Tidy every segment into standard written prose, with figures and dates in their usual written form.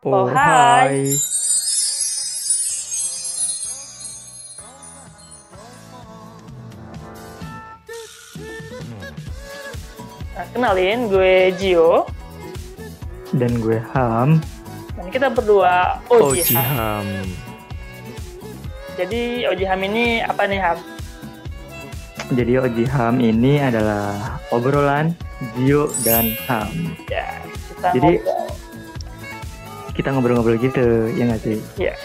Oh, Oh, hai. hai. Nah, kenalin, gue Gio. Dan gue Ham. Dan kita berdua Oh, Ojiham. Jiham. Jadi, Ojiham ini apa nih, Ham? Jadi Ojiham ini adalah obrolan Gio dan Ham. Ya, kita Jadi ngobrol. kita ngobrol-ngobrol gitu, ya nggak sih? Ya,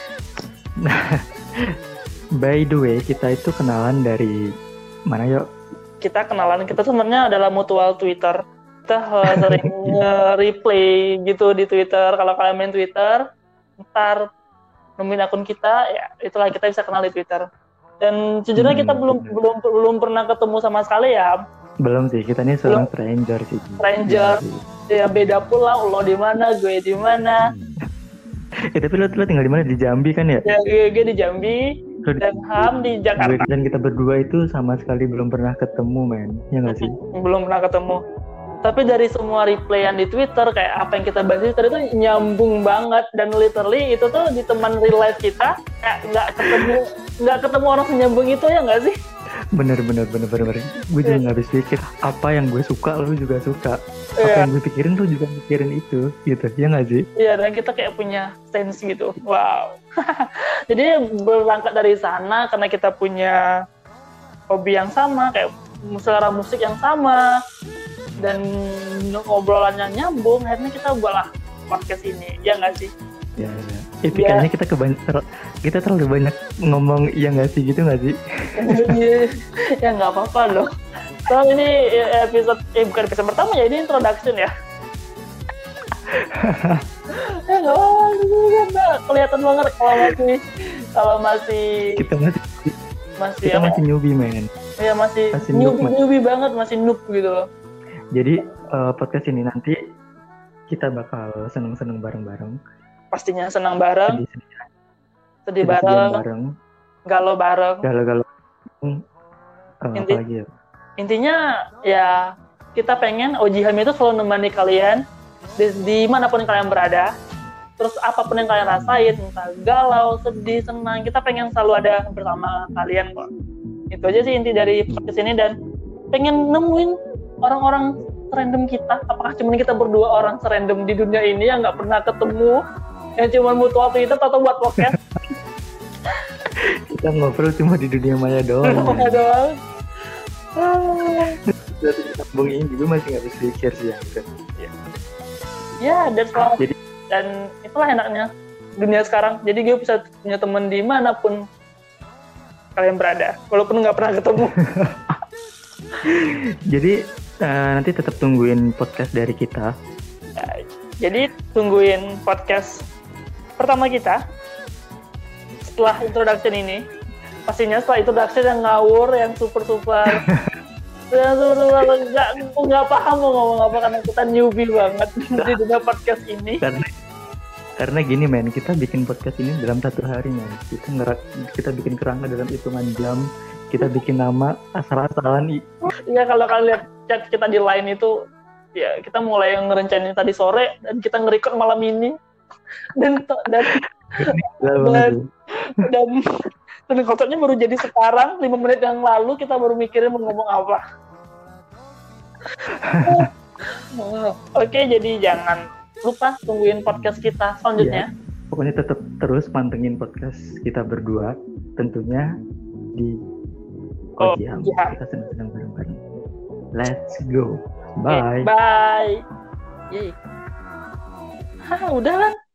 By the way, kita itu kenalan dari mana yuk? kita kenalan. Kita sebenarnya adalah mutual Twitter. Kita sering replay gitu di Twitter. Kalau kalian main Twitter, ntar nemuin akun kita, ya itulah kita bisa kenal di Twitter. Dan sejujurnya kita belum pernah ketemu sama sekali ya, Ham. Belum sih, kita ini seorang stranger sih. Stranger. Ya beda pula, lo di mana, gue di mana. Tapi lo tinggal di mana? Di Jambi kan ya? Ya, gue di Jambi dan Ham di Jakarta. Dan kita berdua itu sama sekali belum pernah ketemu, men. Ya nggak sih? Belum pernah ketemu. Tapi dari semua replayan di Twitter, kayak apa yang kita bahas di Twitter itu nyambung banget. Dan literally itu tuh di teman real life kita, kayak nggak ketemu orang senyambung itu, ya nggak sih? Bener. Gue juga nggak habis pikir. Apa yang gue suka, lu juga suka. Apa yang gue pikirin, lu juga mikirin itu, gitu. Ya nggak sih? Iya, dan kita kayak punya sense gitu. Wow. Jadi berangkat dari sana, karena kita punya hobi yang sama, kayak selera musik yang sama, dan obrolannya nyambung, akhirnya kita buatlah podcast ini. Ya nggak sih? Ya. Kayaknya kita terlalu banyak ngomong iya nggak sih gitu nggak sih? Ya nggak apa-apa loh. So ini bukan episode pertama ya, ini introduction ya. Ya nggak apa-apa, kelihatan banget kalau masih kita masih newbie, men. Ya masih newbie banget, masih noob gitu loh. Jadi podcast ini nanti kita bakal seneng-seneng bareng-bareng. Pastinya senang bareng, sedih bareng, galau bareng. Apa lagi ya? Intinya ya kita pengen Ojiham itu selalu menemani kalian di manapun kalian berada. Terus apapun yang kalian rasain, entah galau, sedih, senang, kita pengen selalu ada bersama kalian kok. Itu aja sih inti dari podcast ini, dan pengen nemuin orang-orang random kita. Apakah cuma kita berdua orang serandom di dunia ini yang nggak pernah ketemu, yang cuma mutual Twitter atau buat podcast? Kita ngobrol cuma di dunia maya doang. Dari sambung ini juga masih nggak bisa pikir sih yang itu. Ya, dan itulah enaknya dunia sekarang. Jadi gue bisa punya teman dimanapun kalian berada, walaupun nggak pernah ketemu. Jadi nanti tetap tungguin podcast dari kita. Jadi tungguin podcast pertama kita setelah introduction ini. Pastinya setelah introduction yang ngawur, yang super nggak paham mau ngomong apa, karena kita newbie banget di dunia podcast ini. Karena gini, men, kita bikin podcast ini dalam 1 hari, men. Kita bikin kerangka dalam hitungan jam. Kita bikin nama asal-asalan. Iya, kalau kalian lihat chat kita di line itu, ya kita mulai ngerencanain tadi sore dan kita nge-record malam ini. Dan konsepnya baru jadi sekarang, 5 menit yang lalu kita baru mikirin mau ngomong apa. Oke, jadi jangan lupa tungguin podcast kita selanjutnya. Ya, pokoknya tetap terus pantengin podcast kita berdua, tentunya di Ojiham. Kita senang-senang bareng-bareng. Let's go. Bye. Bye. Yay. Udah kan?